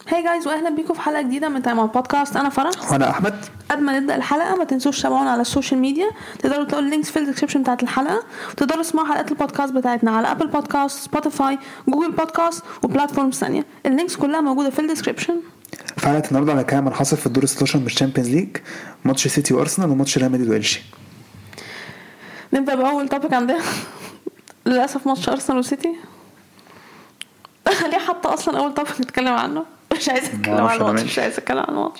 هاي جايز واهلا بيكم في حلقه جديده من تايم اوت بودكاست. انا فرح وانا احمد. قبل ما نبدا الحلقه ما تنسوش تتابعونا على السوشيال ميديا. تقدروا تلاقوا اللينكس في الديسكربشن بتاعه الحلقه، وتقدروا تسمعوا حلقات البودكاست بتاعتنا على ابل بودكاست، سبوتيفاي، جوجل بودكاست وبلاتفورمز ثانيه. اللينكس كلها موجوده في الديسكربشن. في حلقه النهارده على كام حصل في الدور 16 من الشامبيونز ليج، ماتش سيتي وارسنال وماتش ريال مدريد وإلشي. نبدا باول توبيك عندنا. للاسف ماتش ارسنال وسيتي. ليه حتى اصلا اول توبيك نتكلم عنه؟ مش عايز اتكلم عن الماتش، مش عايز اتكلم عن الماتش.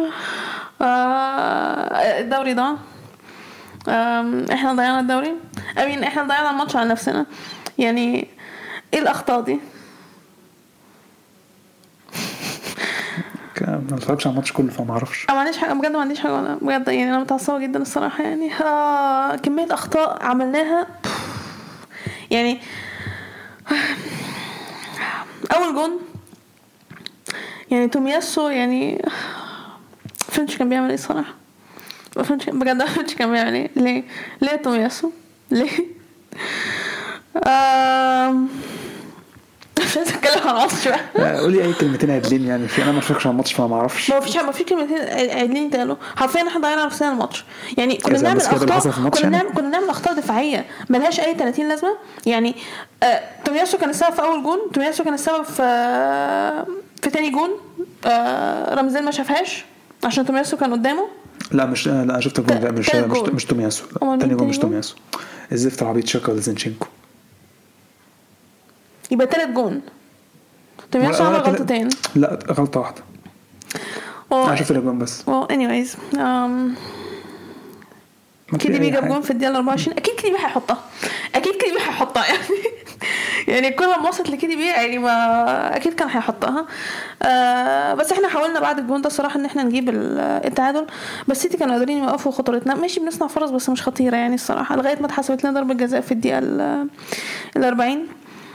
الدوري ده احنا ضيعنا الدوري. احنا ضيعنا الماتش على نفسنا. يعني ايه الاخطاء دي؟ ما اتفرجش على الماتش كله فما اعرفش. ما عنديش حاجه بجد، ما عنديش حاجه انا بجد. يعني انا متعصبه جدا الصراحه. يعني كميه اخطاء عملناها. يعني اول جون يعني تومياسو، يعني فنش كان بيعمل ايه صراحه؟ فنش بجد، فنش كان بيعمل ايه؟ ليه تومياسو ليه؟ مش عايز اتكلم عن الماتش بقى. قولي اي كلمتين عدلين يعني. في انا ما اتفرجش على الماتش فما اعرفش. ما في كلمتين عدلين تقالوا. حرفيا احنا ضيعنا نفسنا الماتش. يعني كنا بنعمل اخطاء، كنا نعمل اخطاء دفاعيه ملهاش اي 30 لازمه. يعني تومياسو كان السبب في اول جون، تومياسو كان السبب في تاني جون. رمزين ما شافهاش عشان تومياسو كان قدامه. لا مش لا شفت الجون ده. مش تومياسو. تاني جون مش تومياسو. الزفت العبيط شاكا ولا زينشينكو. يبقى تالت جون تومياسو عمل غلطتين. لا غلطه واحده. انا شفت الجون بس. anyways كده بيجاب جون في الدقيقه 24. اكيد كده هيحطها، يعني كل ما وصلت لكده بيه يعني ما اكيد كان هيحطها. بس احنا حاولنا بعد الجون ده صراحه ان احنا نجيب التعادل، بس سيتي كانوا قادرين يوقفوا خطورتنا. ماشي بنصنع فرص بس مش خطيره يعني الصراحه، لغايه ما اتحسبت لنا ضربه جزاء في الدقيقه 40.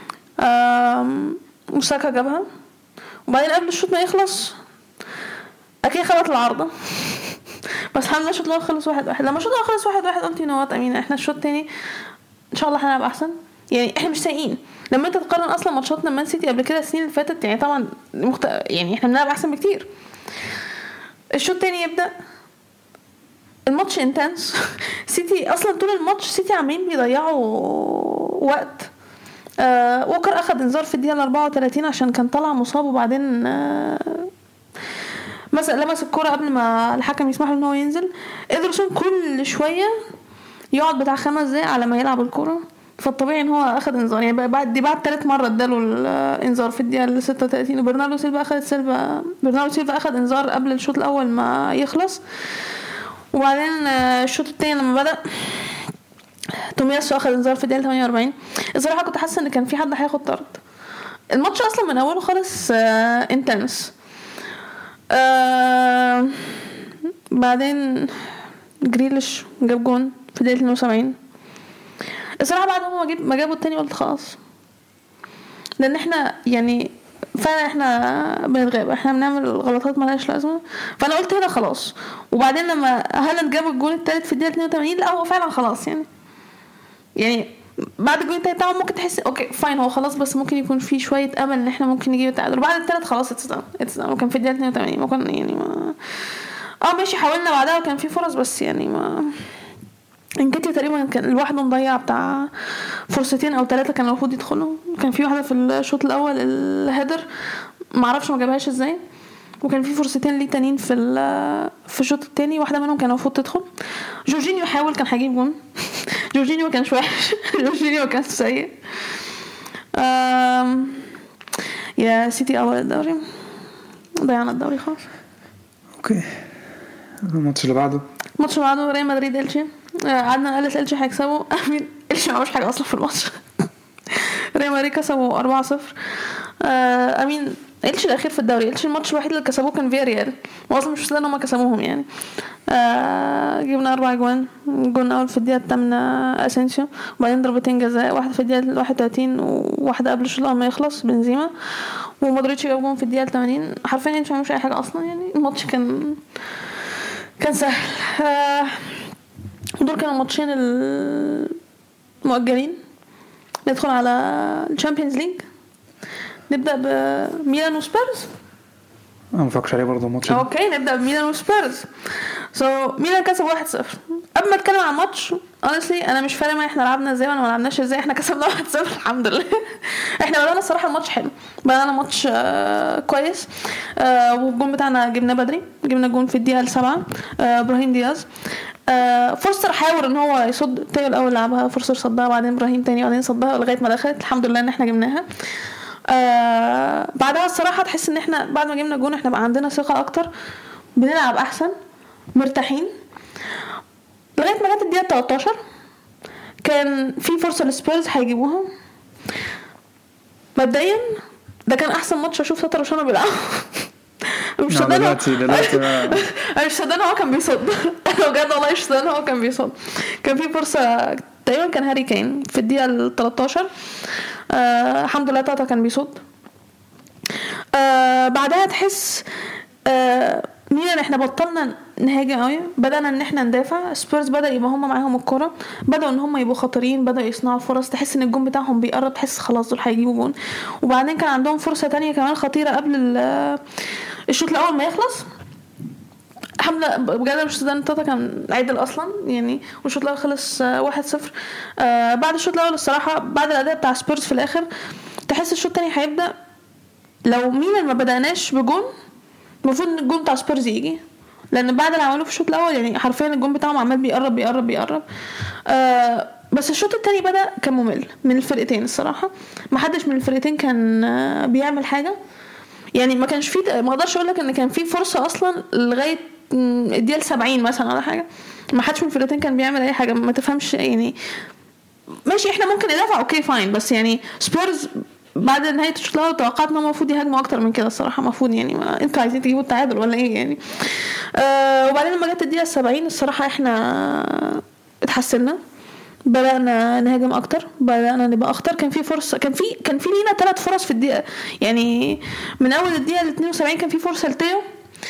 موساكا جابها، وبعدين قبل الشوط ما يخلص اكيد خبط العارضه. بس الحمد لله الشوط الاول خلص 1-1. لما الشوط الاول خلص 1-1 قلت نوات امين احنا الشوط الثاني ان شاء الله هنلعب احسن. يعني احنا مش سايقين. لما انت تقارن اصلا ماتشاتنا مان سيتي قبل كده السنين اللي فاتت، يعني طبعا يعني احنا بنلعب احسن بكتير. الشوط الثاني يبدا الماتش انتنس. سيتي اصلا طول الماتش سيتي عاملين بيضيعوا وقت. ووكر اخذ انذار في الدقيقه 34 عشان كان طلع مصاب، وبعدين مثلا لمس الكرة قبل ما الحكم يسمح له ان هو ينزل. إدرسون كل شويه يقعد بتاع 5 دقايق على ما يلعب الكرة، فالطبيعي ان هو اخذ انذار. يعني بعد 3 مرات اداله الانذار في الدقيقه 36. وبرناردو سيلفا اخذ انذار قبل الشوط الاول ما يخلص. وبعدين الشوط الثاني لما بدا تومياسو اخذ انذار في الدقيقه 48. الصراحه كنت حاسه ان كان في حد هياخد طرد. الماتش اصلا من اوله خالص انتنس. بعدين جريليش جاب جون في الدقيقه 72. الصراحه بعد ما جابوا التاني قلت خلاص، لان احنا يعني فعلا احنا بنتغاب، احنا بنعمل غلطات مالهاش لازمه. فانا قلت هنا خلاص. وبعدين لما هالاند جاب الجون الثالث في الدقيقه 82 لا هو فعلا خلاص. يعني بعد الجون الثالث طبعا ممكن تحس اوكي فاين هو خلاص، بس ممكن يكون في شويه امل ان احنا ممكن نجيب التعادل. بعد الثالث خلاص اتس كان في الدقيقه 82 ما كان يعني ما ماشي. حاولنا بعدها وكان في فرص بس يعني ما انكتي تقريبا كان الواحد مضيع بتاع فرصتين او 3 كان المفروض يدخلوا. كان في واحده في الشوط الاول الهيدر ما اعرفش ما جابهاش ازاي، وكان في فرصتين ليه تانيين في الشوط الثاني واحده منهم كان المفروض تدخل. جورجينيو حاول كان هيجيب جون. جورجينيو ما كانش وحش. جورجينيو ما كانش سيء. يا سيتي اول الدوري ضيعنا الدوري خلاص. اوكي الماتش اللي بعده ريال مدريد إلشي. قعدنا قالت إلشي هيكسبوا. امين إلشي ما عملش حاجه اصلا في الماتش. ريال مدريد كسبوا 4-0. امين إلشي الاخير في الدوري. إلشي الماتش الوحيد اللي كسبوه كان فياريال، واصلا مش مصدق ان هم كسبوهم يعني. جبنا 4 جوان. جون اول في الدقيقه 8 اسينسيو، وبعدين ضربتين جزاء، واحده في الدقيقه 31 وواحده قبل الشوط ما يخلص بنزيما، ومودريتش جاب جون في الدقيقه 80. حرفيا مش عملوا اي حاجه اصلا. يعني الماتش كان سهل. دول كانوا ماتشين المؤجلين. ندخل على الشامبيونز ليج. نبدا بميلان وسبيرز. انا ما فكرش عليه برضه الماتش. اوكي نبدا بميلان وسبيرز. ميلان كسب 1-0. قبل ما اتكلم عن الماتش honestly انا مش فاهمه احنا لعبنا ازاي ولا ما لعبناش ازاي. احنا كسبنا 1-0 الحمد لله. احنا بدأنا الصراحه الماتش حلو، بدأنا ماتش كويس. والجون بتاعنا جبنا بدري، جبنا جون في الدقيقه 7. ابراهيم دياز فرصه حاول ان هو يصد تاني، الاول لعبها فرصه صدها، بعدين ابراهيم تاني، بعدين صدها لغايه ما دخلت. الحمد لله ان احنا جبناها. بعدها الصراحه تحس ان احنا بعد ما جبنا جون احنا بقى عندنا ثقه اكتر، بنلعب احسن، مرتاحين لغايه ما جت الدقيقه 13. كان في فرصه للسبيرز هيجيبوها. مبدئيا ده كان احسن ماتش اشوف تاتر وشانو بيلعب. مش صدقني هو كان بيصد. بجد والله مش صدقني هو كان بيصد. كان في فرصه تقريبا كان هاري كين في الدقيقه 13. الحمد لله تاتا كان بيصد. بعدها تحس ميلان احنا بطلنا نهاجم قوي، بدأنا ان احنا ندافع. سبيرز بدأ يبقى هم معاهم الكرة، بدأوا ان هم يبقوا خطرين، بدأوا يصنعوا فرص، تحس ان الجون بتاعهم بيقرب، تحس خلاص دول هيجيبوا جون. وبعدين كان عندهم فرصة تانية كمان خطيرة قبل الشوط الاول ما يخلص. الحمد لله بجد مش صدقني تاتا كان عادل اصلا يعني، والشوط الاول خلص 1-0. بعد الشوط الاول الصراحة بعد الاداء بتاع سبيرز في الاخر تحس الشوط الثاني هيبدأ لو ميلان ما بدأناش بجون المفروض ان الجون بتاع سبيرز يجي، لان بعد اللي عملوه في الشوط الاول يعني حرفيا الجون بتاعهم عمال بيقرب بيقرب بيقرب. بس الشوط الثاني بدأ كان ممل من الفرقتين الصراحه. ما حدش من الفرقتين كان بيعمل حاجه يعني. ما كانش فيه، ما اقدرش اقول لك ان كان فيه فرصه اصلا لغايه الدقيقه 70 مثلا ولا حاجه. ما حدش من الفرقتين كان بيعمل اي حاجه. ما تفهمش يعني. ماشي احنا ممكن ندافع اوكي فاين، بس يعني سبيرز بعد نهايه الشوط الاول توقعت انهم المفروض يهاجموا اكتر من كده الصراحه. المفروض يعني انتوا عايزين تجيبوا التعادل ولا ايه يعني. وبعدين لما جت الدقيقه 70 الصراحه احنا اتحسنا، بدأنا نهاجم اكتر، بدأنا نبقى اخطر. كان في فرصه، كان في لينا 3 فرص في الدقيقه يعني. من اول الدقيقه 72 كان في فرصه لتيو.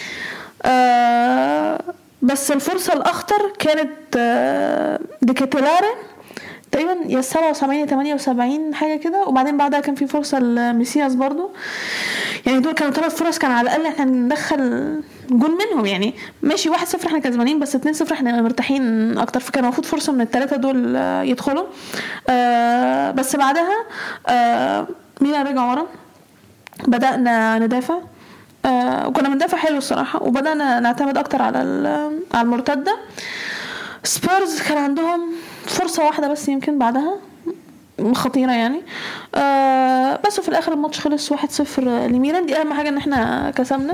بس الفرصه الاخطر كانت ديكاتيلاري تقريبا يا 77 يا 78 حاجه كده. وبعدين بعدها كان في فرصه لميسياس برضو. يعني دول كانوا 3 فرص كان على الاقل احنا ندخل جول منهم يعني. ماشي 1-0 احنا كسبانين، بس 2-0 احنا مرتاحين اكتر. فكان المفروض فرصه من ال3 دول يدخلوا. بس بعدها ميلان رجع ورا، بدأنا ندافع. وكنا بندافع حلو الصراحه، وبدأنا نعتمد اكتر على المرتده. سبيرز كان عندهم فرصة واحدة بس يمكن بعدها خطيرة يعني. بس في الآخر الماتش خلص 1-0 لميلان. دي أهم حاجة إن إحنا كسبنا.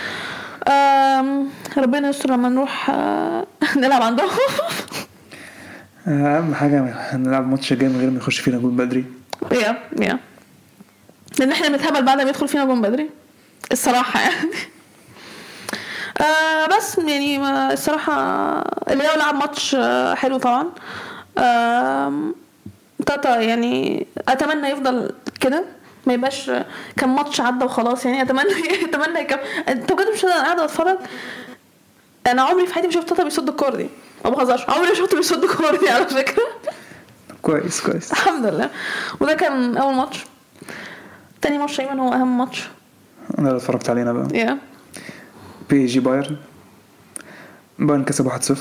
ربنا يستر لما نروح نلعب عندهم. أهم حاجة نلعب ماتش جاي من غير ما يخش فينا جول بدري. يا لأن إحنا بنتهبل بعد ما يدخل فينا جول بدري الصراحة يعني. بس يعني الصراحة اللي هو لعب ماتش حلو طبعا. تاتا يعني اتمنى يفضل كده، ما يبقاش كان ماتش عدى وخلاص يعني. اتمنى انت بجد مش قاعده اتفرج. انا عمري في حياتي ما شفت تاتا بيصد الكوره دي، ما بهزرش، عمري ما شفته بيصد الكوره دي على فكره. كويس الحمد لله. وده كان اول ماتش. تاني ماتش ايمن هو اهم ماتش انا اللي اتفرجت علينا بقى. بي جي بايرن كسب 1-0.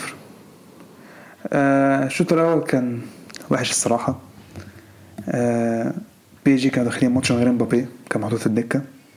الشوط الاول كان وحش الصراحه. بي جي كانوا داخلين ماتش من غير مبابي، كان محطوط في الدكه.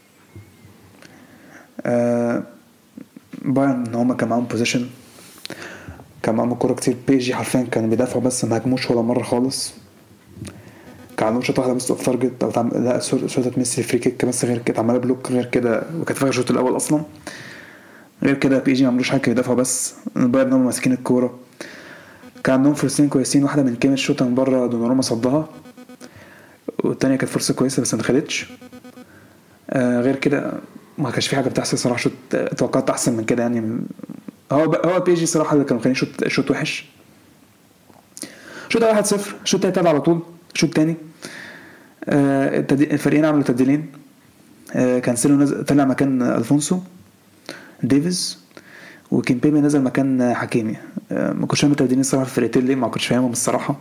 بايرن هما كان معاهم بوزيشن، كان معاهم الكوره كتير. بي جي حرفيا كانوا بيدافعوا بس ما هاجموش ولا مره خالص. كان عندهم شوط واحده بس اوف تارجت او لا شوطه ميسي فري كيك بس، غير كده عماله بلوك غير كده. وكانت في الشوط الاول اصلا. غير كده بي جي ما عملوش حاجه، يدافعوا بس. بايرن هم ماسكين الكوره. كان عندهم فرصتين كويسين، واحده من كيم الشوطه من بره دوناروما صدها، والتانية كانت فرصه كويسه بس ما دخلتش. غير كده ما كانش في حاجه بتحصل صراحه. شوط توقعت احسن من كده يعني. هو بي جي صراحه اللي كانوا خلين شوط وحش. شوط 1-0. شوط تاني على طول. شوط تاني الفريقين عملوا تبديلين. كانسيلو طلع مكان الفونسو ديفيز، وكيمبيمي نزل مكان حكيمي. ما كنتش فاهم التبديلين الصراحه في الفرقتين ليه، ما كنتش فاهمهم الصراحه.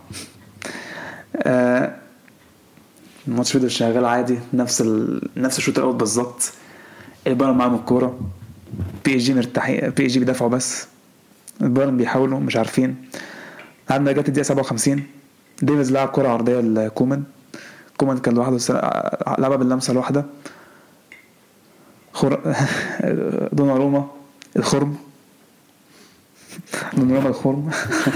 الماتش فضل شغال عادي، نفس الشوط الاول بالظبط. البايرن معاهم الكوره، بي اس جي مرتاحين، بي اس جي بيدافعوا بس، البايرن بيحاولوا مش عارفين. لحد ما جت الدقيقه 57 ديفيز لعب كره عرضيه لكومان، كومان كان لوحده لعبها باللمسه الواحده دوناروما الخرم دوناروما الخرم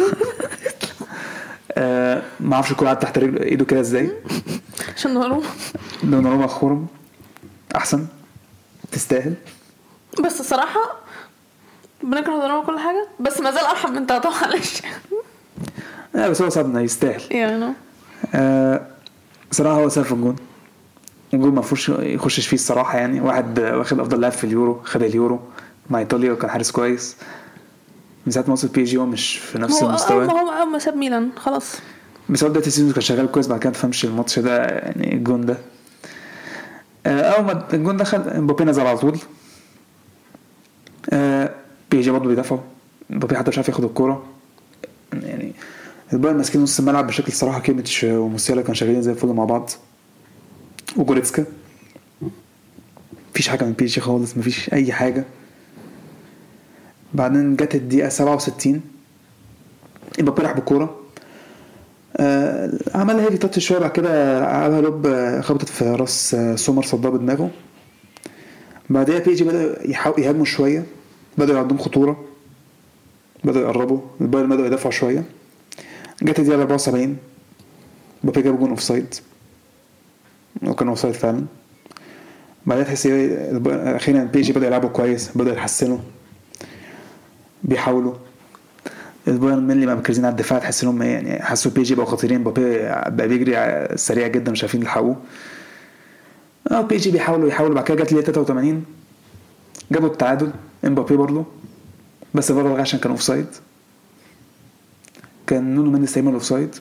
ما اعرفش الكوره قعدت تحت رجله ايده كده ازاي، عشان دوناروما الخرم احسن، تستاهل. بس الصراحه بنكره دوناروما كل حاجه، بس ما زال ارحم من تاتا معلش. بس هو صدنا يستاهل يعني صراحه هو سافر الجون، الجون ما فيهوش يخشش فيه الصراحه، يعني واحد واخد افضل لاعب في اليورو، خد اليورو مع ايطاليا وكان حارس كويس. من ساعه ما وصل بي جي هو مش في نفس المستوى، هو ما ساب ميلان خلاص، بس هو بدايه السيزون كان شغال كويس، بعد كده ما تفهمش الماتش ده يعني الجون ده اول ما الجون دخل امبابي نزل على طول. بي جي برضه بيدافعوا، امبابي حتى مش عارف ياخد الكوره، يعني البايرن ماسكين نص الملعب بشكل صراحه، كيميتش وموسيالا كانوا شغالين زي الفل مع بعض، وجوريتسكا مفيش حاجه من بي جي خالص، مفيش اي حاجه. بعدين جت الدقيقه 67 امبابي راح بالكوره، عملها هيفي تاتش شويه، بعد كده عملها لوب خبطت في راس سومر صدها بدماغه. بعدها بي جي بدأ يهاجموا شويه، بدأوا عندهم خطوره، بدأوا يقربوا، البايرن بدأوا يدافعوا شويه. جت الدقيقه 74 امبابي جاب جون اوفسايد، وكان اوفسايد فعلا. بعدها تحس اخيرا بي جي بدأوا يلعبوا كويس، بدأوا يحسنوا، بيحاولوا. البايرن ملي ما مركزين على الدفاع، تحس انهم يعني حسوا بي جي بقوا خطيرين، مبابي بقى بيجري سريع جدا مش عارفين يلحقوه. بي جي بيحاولوا. بعد كده جت لي 83 جابوا التعادل، امبابي برضه بس برضه عشان كان اوفسايد، كان نونو مندي استعمل اوفسايد.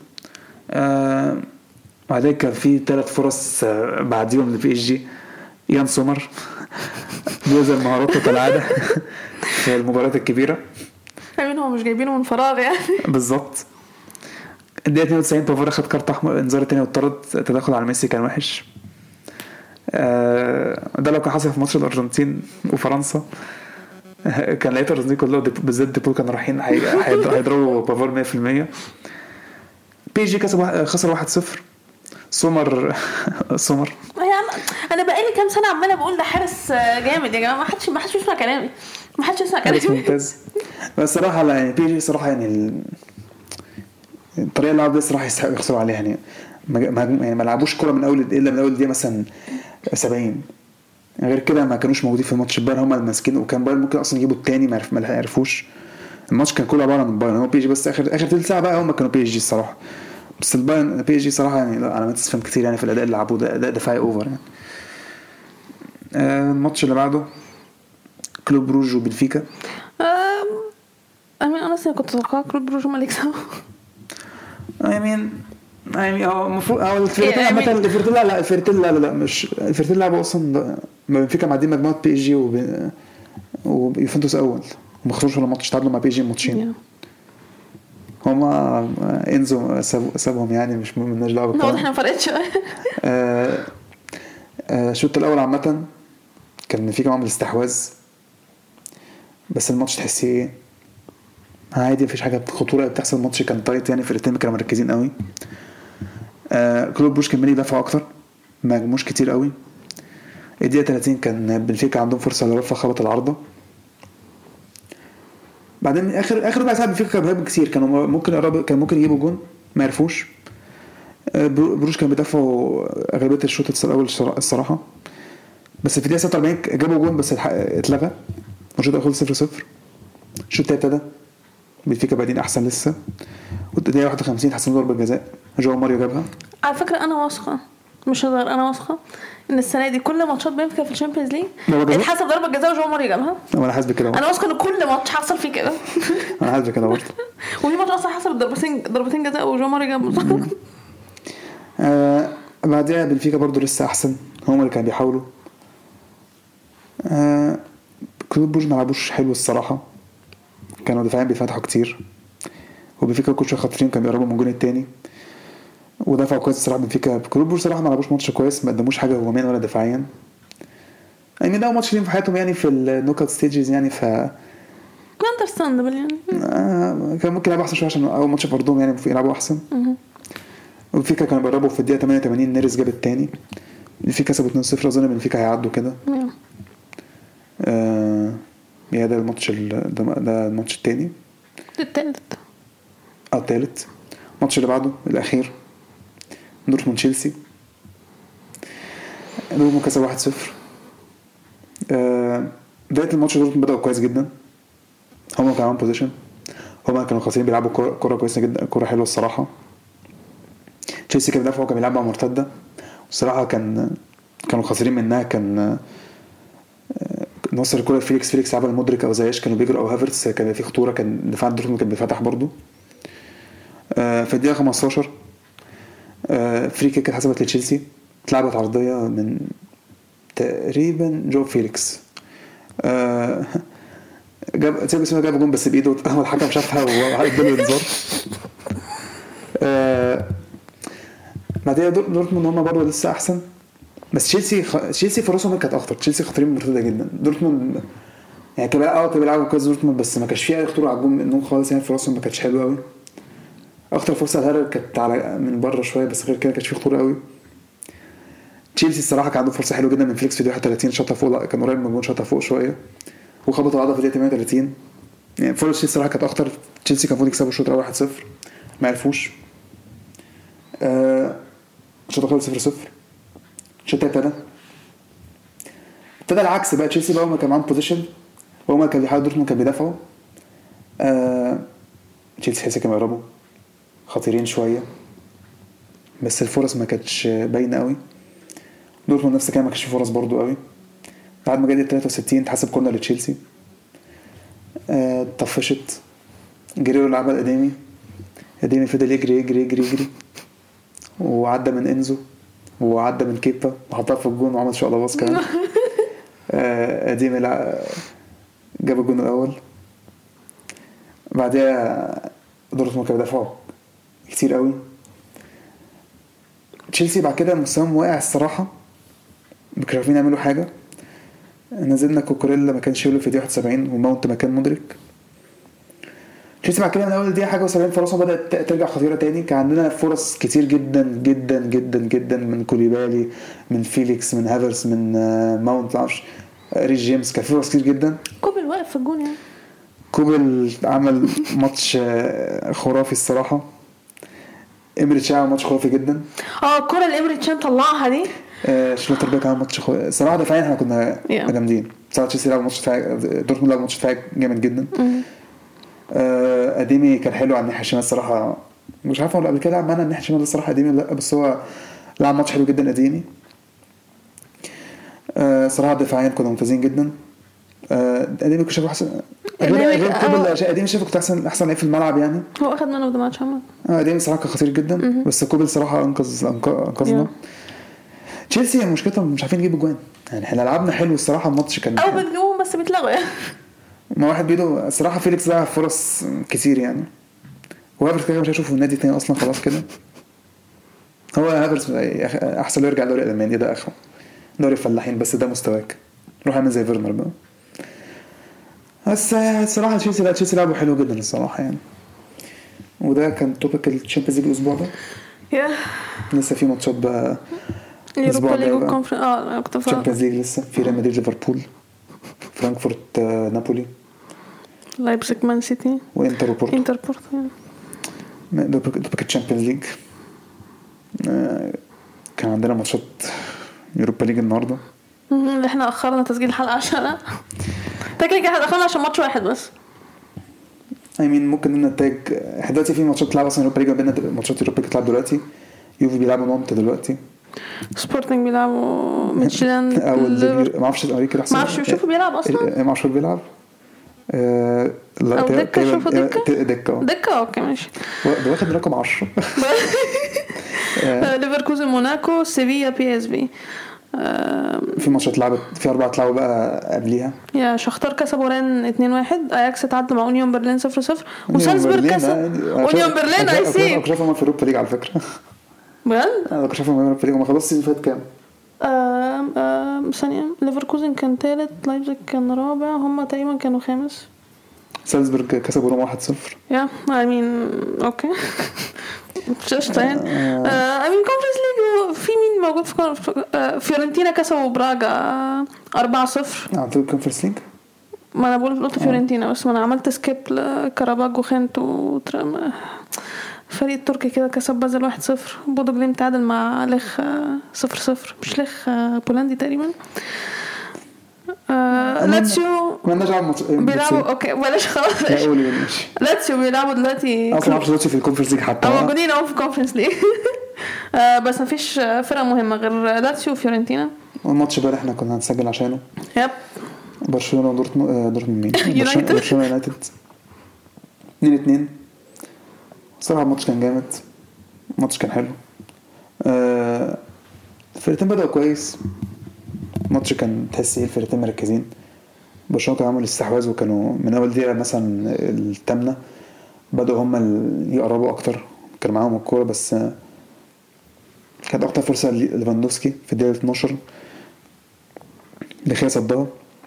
بعدين كان في 3 فرص بعديهم لبي اس جي، يان سومر بيظهر مهاراته كالعاده في المباريات الكبيره، فاهمين هو مش جايبينه من فراغ يعني. بالظبط. الدقيقه 92 بافارا خد كارت احمر انذار تاني واتطرد، تدخل على ميسي كان وحش. ده لو كان حصل في ماتش الارجنتين وفرنسا كان لقيت الارجنتين كلها بالذات ديبول كانوا رايحين هيضربوا بافار 100%. بي جي خسر 1-0. سومر انا بقالي كام سنه عماله بقول ده حارس جامد يا جماعه، ما حدش يسمع كلامي، ما حدش يسمع كلامي. ممتاز. بس صراحه لا يعني بي جي صراحه يعني الطريقه اللي لعبوا صراحه يستحقوا يخسروا عليها، يعني ما لعبوش كره من اول الا من اول دقيقه مثلا 70، غير كده ما كانوش موجودين في الماتش. البايرن هم الماسكين، وكان بايرن ممكن اصلا يجيبوا الثاني ما عرفوش. الماتش كان كله عباره عن بايرن، هو بي جي بس اخر ثلث ساعه بقى هم كانوا بي جي الصراحه. بس البايرن بي جي صراحه يعني لا، انا ما تفهم كتير يعني في الاداء اللي لعبوه ده، اداء دفاعي اوفر يعني. الماتش اللي بعده كلوب بروج وبنفيكا. انا كنت اتوقع كلوب بروج هم اللي يكسبوا. هو المفروض الفرقتين عامه الفرقتين لا مش الفرقتين لعبوا اصلا بنفيكا معدين مجموعه بي جي ويوفنتوس اول، وما خسروش ولا ماتش، تعادلوا مع بي جي ماتشين. هما انزو سابهم يعني، مش مالناش دعوه بالكلام. احنا ما فرقتش. الشوط الاول عامه كان بنفيكا عامل استحواذ، بس الماتش تحسيه عادي، مفيش حاجه خطوره بتحصل. الماتش كان تايت يعني، فرقتين كانوا مركزين قوي. كلوب بروش كان بيدافع اكتر، ما هجموش كتير قوي. الدقيقه 30 كان بنفيكا عندهم فرصه لرفع خبط العارضه. بعدين اخر ربع ساعه بنفيكا كان بيهاجم كتير، كانوا ممكن يجيبوا جون ما عرفوش. بروش كان بيدافعوا اغلبيه الشوط الاول الصراحه، بس في الدقيقه 46 جابوا جون بس اتلغى، الشوط الاول 0-0. الشوط الثاني ابتدى بنفيكا بعدين احسن لسه، والدقيقه 51 حسن ضربه جزاء جو ماريو جابها. على فكره انا واثقه، مش هزار، انا واثقه ان السنه دي كل ماتشات بنفيكا في الشامبيونز ليج اتحسب ضربه جزاء وجو ماريو جابها. انا حاسس بكده، انا واثقه ان كل ماتش حصل فيه كده. انا حاسس بكده برضه. وفي ماتش اصلا حصل ضربتين جزاء وجو ماريو جابها. بعدها بنفيكا برضه لسه احسن، هم اللي كانوا بيحاولوا. كلوب بروج ما لعبوش حلو الصراحه، كانوا دفاعيا بيفتحوا كتير، وبنفيكا كل شويه خاطرين كانوا بيقربوا من الجون الثاني ودفعوا كويس الصراحه. بنفيكا كلوب بروج صراحه ما لعبوش ماتش كويس، ما قدموش حاجه هجوميا ولا دفاعيا. يعني ده ماتش ليهم في حياتهم يعني في النوك اوت ستيجز يعني اندرستاندبل يعني. كان ممكن يلعبوا احسن شويه عشان اول ماتش في ارضهم يعني يلعبوا احسن. وبنفيكا كانوا بيقربوا في الدقيقه 88 نيرس جاب الثاني. بنفيكا كسبوا 2-0 اظن بنفيكا هيعدوا كده. يا ده الماتش ده الماتش الثاني الثالث. الماتش اللي بعده الاخير دورتموند تشيلسي. دورتموند كسب 1-0. بدايه الماتش دورتموند بدأوا كويس جدا. هما كانوا بوزيشن. هما كانوا خاسرين بيلعبوا كرة كويسه جدا كرة حلوه الصراحه. تشيلسي كان بيدافع وكان بيلعب على مرتده والصراحه كانوا خاسرين منها. كان نصر الكرة فيليكس عمل مدرك او زياش كانوا بيجروا او هافرتس كان في خطوره كان دفاع دورتموند كان بيفتح برضو. في الدقيقه 15 فري كيك اتحسبت لتشيلسي. اتلعبت عرضيه من تقريبا جو فيليكس. جاب جون بس بايده اول حكم شافها واداله انذار. بعدين دورتموند هم برضه لسه احسن بس تشيلسي فرصهم كانت اخطر. تشيلسي خطرين مرتده جدا. دورتموند يعني كانوا بيلعبوا كويس دورتموند بس ما كانش فيه اي خطوره على الجون منهم خالص يعني فرصهم ما كانتش حلوه قوي. اخطر فرصه الهرر كانت على من بره شويه بس غير كده كانش فيه خطوره قوي. تشيلسي الصراحه كان عنده فرصه حلوه جدا من فليكس في 31 شاطها فوق كان قريب من الجون شاطها فوق شويه وخبط العضله في 38 يعني فرصه تشيلسي الصراحه كانت اخطر. تشيلسي كان المفروض يكسبوا الشوط الاول 1-0 ما عرفوش. الشوط الاول 0-0. الشوط الثاني ابتدى العكس بقى. تشيلسي بقى هما كان معاهم بوزيشن وهما كان بيحاولوا دورتموند كان بيدافعوا. تشيلسي كانوا يقربوا خطيرين شويه بس الفرص ما كانتش باينه قوي. دورتموند نفس الكلام ما كانش فرص برضو قوي. بعد ما جت 63 اتحسب كورنر لتشيلسي. طفشت جريرو لعب القديمي فضل يجري وعدى من انزو وعدى من كيبا وحطها في الجون وعمل شغله باص كمان. قديمي جاب الجون الاول. بعدها دورتموند كان بيدافعوا كتير قوي. تشيلسي بعد كده مستواهم واقع الصراحه مش عارفين يعملوا حاجه. نزلنا كوكوريلا ما كانش يقول في دي 71 وماونت مكان مدرك. تشيلسي بعد كده من اول دي حاجه و70 فرصه بدات ترجع خطيره تاني. كان عندنا فرص كتير جدا جدا جدا جدا من كوليبالي من فيليكس من هافرس من ماونت معرفش ريس جيمس. كان في فرص كتير جدا. كوبل واقف في الجون يعني. كوبل عمل ماتش خرافي الصراحه. إمريتش عمل ماتش خرافي جدا. الكره اللي إمريتش طلعها دي شلوتربيك عمل ماتش صراحه دفاعيا احنا كنا جامدين. صراحه تشيلسي لعب ماتش دورتموند لعب ماتش جامد جدا. قديمي كان حلو على الناحيه الشمال الصراحه. مش عارف اقول قبل كده لعب معانا الناحيه الشمال الصراحه قديمي لا بس هو لعب ماتش حلو جدا قديمي. صراحه دفاعيا كنا ممتازين جدا. قديمي كنت شايفه احسن غير كوبل. قديمي شايفه كنت احسن لعيب في الملعب يعني. هو اخذ منه ده ماتش عمل. قديمي صراحه كان خطير جدا بس كوبل صراحه انقذنا. تشيلسي مشكلتهم مش عارفين يجيبوا جوان يعني. احنا لعبنا حلو الصراحه الماتش كان او بتجيبوهم بس بيتلغوا يعني. ما واحد بيده الصراحه فيليكس ضيع فرص كتير يعني. وهافرتس كده مش هشوفه النادي تاني اصلا خلاص كده. هو هافرتس احسن يرجع دوري الالماني ده اخره دوري الفلاحين بس ده مستواك روح اعمل زي فيرنر بقى. بس الصراحه تشيلسي لعبوا حلو جدا الصراحه يعني. وده كان توبيك الشامبيونز ليج الاسبوع ده. لسه في ماتشات بقى الاسبوع ده كنت في الشامبيونز ليج لسه في ريال مدريد ليفربول فرانكفورت نابولي لايبزيج مان سيتي وانتر وبورتو. توبيك الشامبيونز ليج. كان عندنا ماتشات يوروبا ليج النهارده اللي احنا اخرنا تسجيل الحلقه عشان تكليك احنا اخرنا عشان ماتش واحد بس. ممكن ننتج احنا دلوقتي في ماتشات تلعب اصلا يوروبا ليج بيننا ماتشات يوروبا بتلعب دلوقتي. يوفي بيلعبوا نونت دلوقتي. سبورتنج بيلعبوا ميتشلان ما اعرفش اوريك احسن. ما اعرفش شوفوا بيلعب اصلا. ما اعرفش بيلعب لا دكه اوكي ماشي. واخد رقم 10. ليفركوزن موناكو سيفيا بي اس بي. في ماتشات لعبت في 4 لعبوا بقى قبليها. يا شختار كسبوا رين 2-1. اياكس تعادل مع اونيون برلين 0-0 وسالزبورغ كسب اونيون برلين. اي سي كنت شايفهم في اوروبا ليج على فكره. بجد انا كنت شايفهم في اوروبا ليج. ما خلصت السيزون فات كام ثانيه ليفركوزن كان ثالث لايبزيج كان رابع هم تقريبا كانوا خامس سالزبورغ كسبوا روما 1-0 يا I mean اوكي مش قشطة يعني I mean conference league في مين موجود في فيورنتينا كسبوا براغا 4-0 عملتوا الكونفرنس ليج ما انا بقول قلت فيورنتينا بس ما انا عملت سكيب لكاراباغ وخنت فريق التركي كده كسب بازل 1-0 بودو جليم تعادل مع لخ 0-0 مش لخ بولندي تقريبا لاتسيو بيلعبوا اوكي بلاش خلاص لاتسيو بيلعبوا دلوقتي اصلا معرفش لاتسيو في الكونفرنس ليج حتى موجودين اهو في الكونفرنس ليج بس مفيش فرقه مهمه غير لاتسيو وفيورنتينا الماتش بقى احنا كنا هنسجل عشانه يب برشلونه ودورتموند مين برشلونه يونايتد 2-2 صراحه الماتش كان جامد الماتش كان حلو الفرقتين بدأوا كويس الماتش كان تحس ايه الفرقتين مركزين برشلونه كانوا عملوا الاستحواذ وكانوا من اول دقيقه مثلا الثامنه بدأوا هم يقربوا اكتر كان معاهم الكوره بس كانت اكتر فرصه ليفاندوفسكي في الدقيقه 12 اللي خيا صدها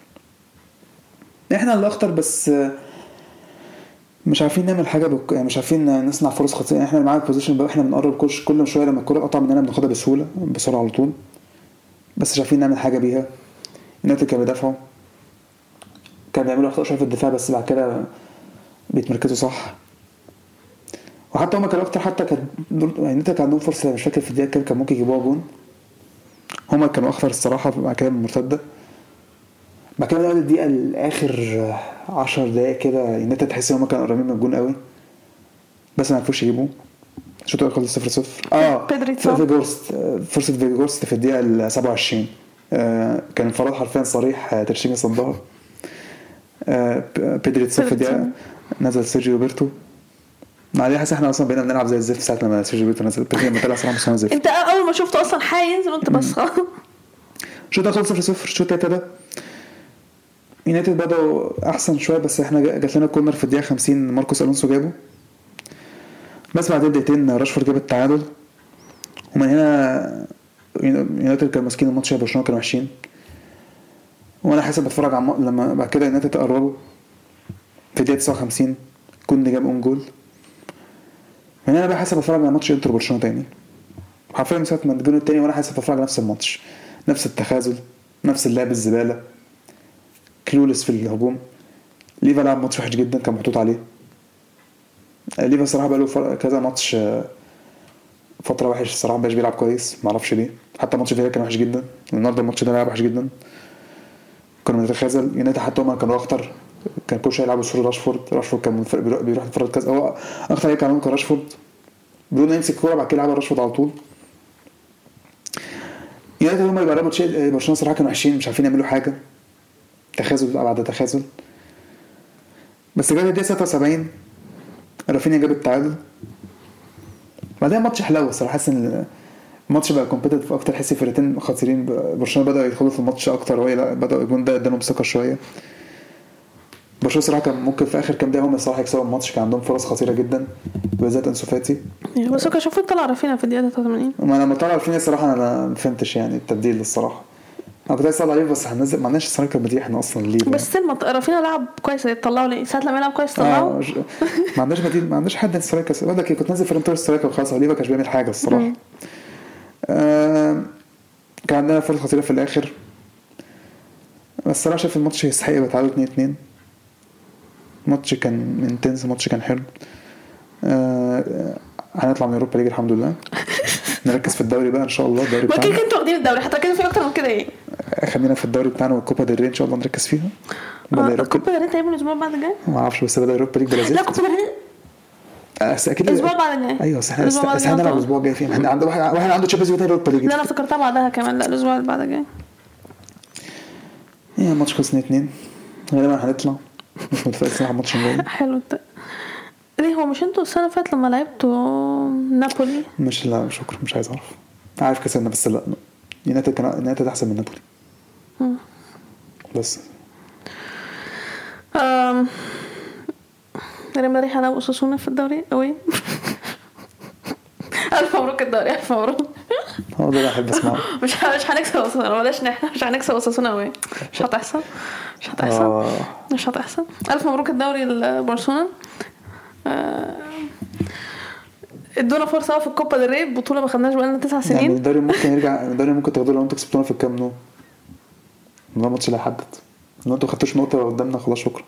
احنا اللي اخطر بس مش عارفين نعمل حاجه يعني مش عارفين نصنع فرص خطيره احنا اللي معانا البوزيشن بقى احنا بنقرب كل شويه لما الكوره قطع مننا بناخدها بسرعه على طول بس مش عارفين نعمل حاجه بيها يونايتد كانوا بيدافعوا كانوا بيعملوا اخطاء شويه في الدفاع بس بعد كده بيتمركزوا صح وحتى هما كانوا اكتر حتى كان يونايتد كان عندهم فرصه مش فاكر في الدقيقه كام كان ممكن يجيبوها جون هما كانوا اخطر الصراحه بعد كده المرتده بعد كده من الدقيقه الاخر 10 دقايق كده يونايتد تحس ان هما كانوا قريبين من الجون قوي بس ما عرفوش يجيبوه شوط الاول 0-0 فيجورست فرصه فيجورست في الدقيقه 27 كان انفراد حرفيا صريح ترشيمي صدها بيدري تصف الدقيقه نزل سيرجيو روبرتو معلش حاسس احنا اصلا بقينا بنلعب زي الزفت ساعه لما سيرجيو روبرتو نزل بيدري لما طلع صراحه مش زفت انت اول ما شفته اصلا هينزل قلت بس خلاص شوط الاول 0-0 شوط الثالث ده يونايتد بدأوا احسن شويه بس احنا جات لنا كورنر في الدقيقه 50 ماركوس الونسو جابه بس بعد دقيقتين راشفورد جاب التعادل ومن هنا يونايتد كانوا ماسكين الماتش برشلونه كانوا وحشين وانا حاسب بتفرج على لما بعد كده يونايتد قربوا في الدقيقه 59 كوندي جاب اون جول من هنا بقى حاسب بتفرج على ماتش انتر برشلونه تاني حرفيا من ساعه ما الجون التاني وانا حاسب بتفرج على نفس الماتش نفس التخاذل نفس اللعب الزباله كلولس في الهجوم ليفا لعب ماتش وحش جدا كان محطوط عليه ليفا صراحه بقى له كذا ماتش فتره وحش الصراحه مش بيلعب كويس ما اعرفش ليه حتى ماتش فيها كان وحش جدا النهارده الماتش ده لعب وحش جدا كانوا بنتخاذل يونايتد حتى هم كانوا اخطر كان كل شويه يلعبوا سور راشفورد كان بيروح يتفرج كذا هو اخطر هيك كان راشفورد بدون يمسك الكوره بعد كده يلعب راشفورد على طول يونايتد هم يجربوا تشيل برشلونه صراحه كانوا وحشين مش عارفين يعملوا حاجه تخاذل بعد تخاذل بس جاب الدقيقه 76 رافينيا جاب التعادل بعدين ماتش حلو الصراحه حاسس ان الماتش بقى كومبيتيتيف اكتر حس فرقتين خطيرين برشلونه بدأوا يدخلوا في الماتش اكتر وهي بدأوا يكون ده ادانهم ثقه شويه برشلونه صراحه كان ممكن في اخر كام دقيقه هم الصراحه يكسبوا الماتش كان عندهم فرص خطيره جدا بالذات انسو فاتي بس كان شوفوا طلع رافينيا في الدقيقه 83 ما لما طلع رافينيا الصراحه انا ما فهمتش يعني التبديل الصراحه انا كنت عايز اطلع عليه بس هننزل ما عندناش الصراحه بديل احنا اصلا ليه بس رافينيا لعب كويس يطلعوا ليه ساعه لما يلعب كويس طلعوا ما عندناش بديل ما عندناش حد سترايكر بدك كنت نازل فرنتور سترايكر وخلاص ليه ما كانش بيعمل حاجه الصراحه كان عندنا فرصه خطيره في الاخر بس الصراحه شايف الماتش يستحق يتعادل 2-2 ماتش كان انتنس ماتش كان حلو هنطلع من اوروبا ليج الحمد لله نركز في الدوري بقى ان شاء الله الدوري بتاعنا ما كنتوا واخدين الدوري هتركزوا فيه اكتر من كده ايه خلينا في الدوري بتاعنا والكوبا ديل ري ان شاء الله نركز فيها الكوبا ديل ري تقريبا الاسبوع بعد الجاي ما اعرفش بس بدأ اوروبا ليج بلا زفت لا كوبا ديل اكيد الاسبوع بعد الجاي ايوه احنا هنلعب الاسبوع الجاي فين احنا عندنا واحد عنده تشامبيونز ليج اوروبا ليج لا انا فكرتها بعدها كمان لا الاسبوع اللي بعد الجاي ايه ماتش خلص 2-2 غالبا هنطلع مش متفائل صراحه ماتش جاي حلو ليه هو مش انتوا السنه فاتت لما لعبتوا نابولي مش لا شكرا مش عايز اعرف عارف كسبنا بس لا يونايتد احسن من نابولي بس ريال مدريد هنلعب اساسونا في الدوري قوي الف مبروك الدوري الف مبروك هو ده اللي احب اسمعه. مش هنكسب اوساسونا، بلاش احنا مش هنكسب اوساسونا قوي. مش هتحصل. مش هتحصل. الف مبروك الدوري لبرشلونه. ادونا فرصه في الكوبا ديل ري، بطوله ما خدناش بقالنا 9 سنين. يعني الدوري ممكن يرجع، الدوري ممكن تاخدوه لو انتوا كسبتونا في الكام نو. ده ماتش اللي هيحدد. لو انتوا خدتوش نقطه قدامنا خلاص شكرا.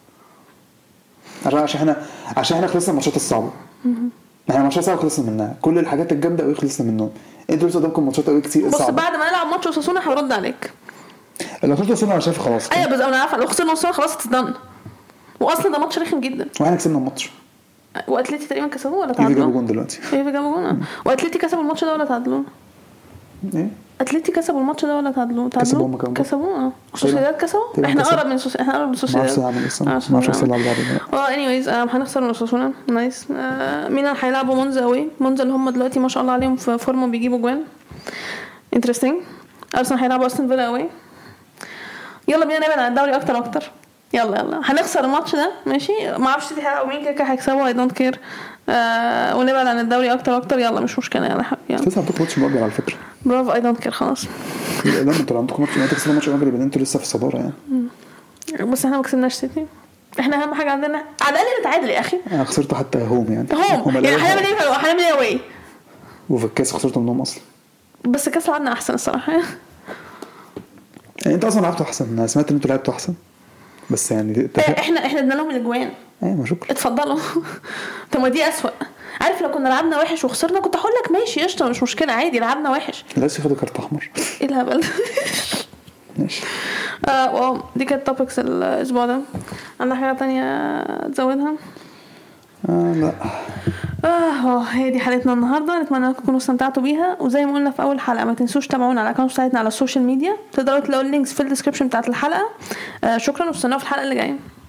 عشان احنا خلصنا الماتشات الصعبه. احنا ماتشات صعبه خلصنا منها، كل الحاجات الجامده قوي خلصنا منهم. انتوا لسه قدامكم ماتشات قوي كتير بص صعبه. بعد ما نلعب ماتش اوساسونا هرد عليك. لو خسرتوا اوساسونا انا شايف خلاص. ايوه بس انا عارفه لو خسرنا اوساسونا خلاص اتصدمنا. واصلا ده ماتش رخم جدا. واحنا كسبنا الماتش. واتلتي تقريبا كسبوه ولا تعادلوا؟ تعادلوا؟ جابوا جون دلوقتي. ايه جابوا جون. واتلتي كسبوا الماتش ده ولا تعادلوا؟ ايه اتلتي كسبوا الماتش ده ولا تعادلوا؟ كسبوا. سوسيداد كسبوا. احنا اقرب من سوسيداد. ما اعرفش اللي بعده. انيويز هنخسر من اوساسونا. نايس. ميلان هيلعبوا مونزا قوي. مونزا اللي هم دلوقتي ما شاء الله عليهم في فورمه بيجيبوا جوان. انترستينج. ارسنال هيلعبوا استون فيلا قوي. يلا بينا نبعد عن الدوري اكتر واكتر. يلا هنخسر الماتش ده ماشي. ما اعرفش سيتي او مين كده هيكسبوا. اي دونت كير. ونبعد عن الدوري اكتر واكتر. يلا مش مشكله يلا حبيبي. لسه عندكم ماتش مؤجل على فكره. برافو. اي دونت كير خلاص. لا انتوا عندكم ماتش، انتوا كسبتوا ماتش مؤجل يبقى انتوا لسه في الصداره يعني. بس احنا ما كسبناش سيتي. احنا اهم حاجه عندنا على الاقل نتعادل يا اخي. انا خسرت حتى هوم يعني. هوم يعني هنعمل ايه واي. وفي الكاس خسرتوا منهم اصلا. بس الكاس لعبنا احسن الصراحه. يعني انت اصلا لعبتوا احسن. انا سمعت ان انتوا لعبتوا احسن بس يعني احنا ادنا لهم الاجوان. ايوه شكرا. اتفضلوا. طب ما دي اسوأ. عارف لو كنا لعبنا وحش وخسرنا كنت هقول لك ماشي قشطه مش مشكله عادي لعبنا وحش. لازم ياخدوا كارت احمر. ايه الهبل. ماشي. دي كانت توبكس الاسبوع ده. عندنا حاجه تانية تزودها؟ لا. هي دي حلقتنا النهارده. نتمنى انكم تكونوا استمتعتوا بيها. وزي ما قلنا في اول حلقه ما تنسوش تتابعونا على الاكونت بتاعتنا على السوشيال ميديا. تقدروا تلاقوا اللينكس في الديسكربشن بتاعت الحلقه. شكرا واستنونا في الحلقه اللي جايه.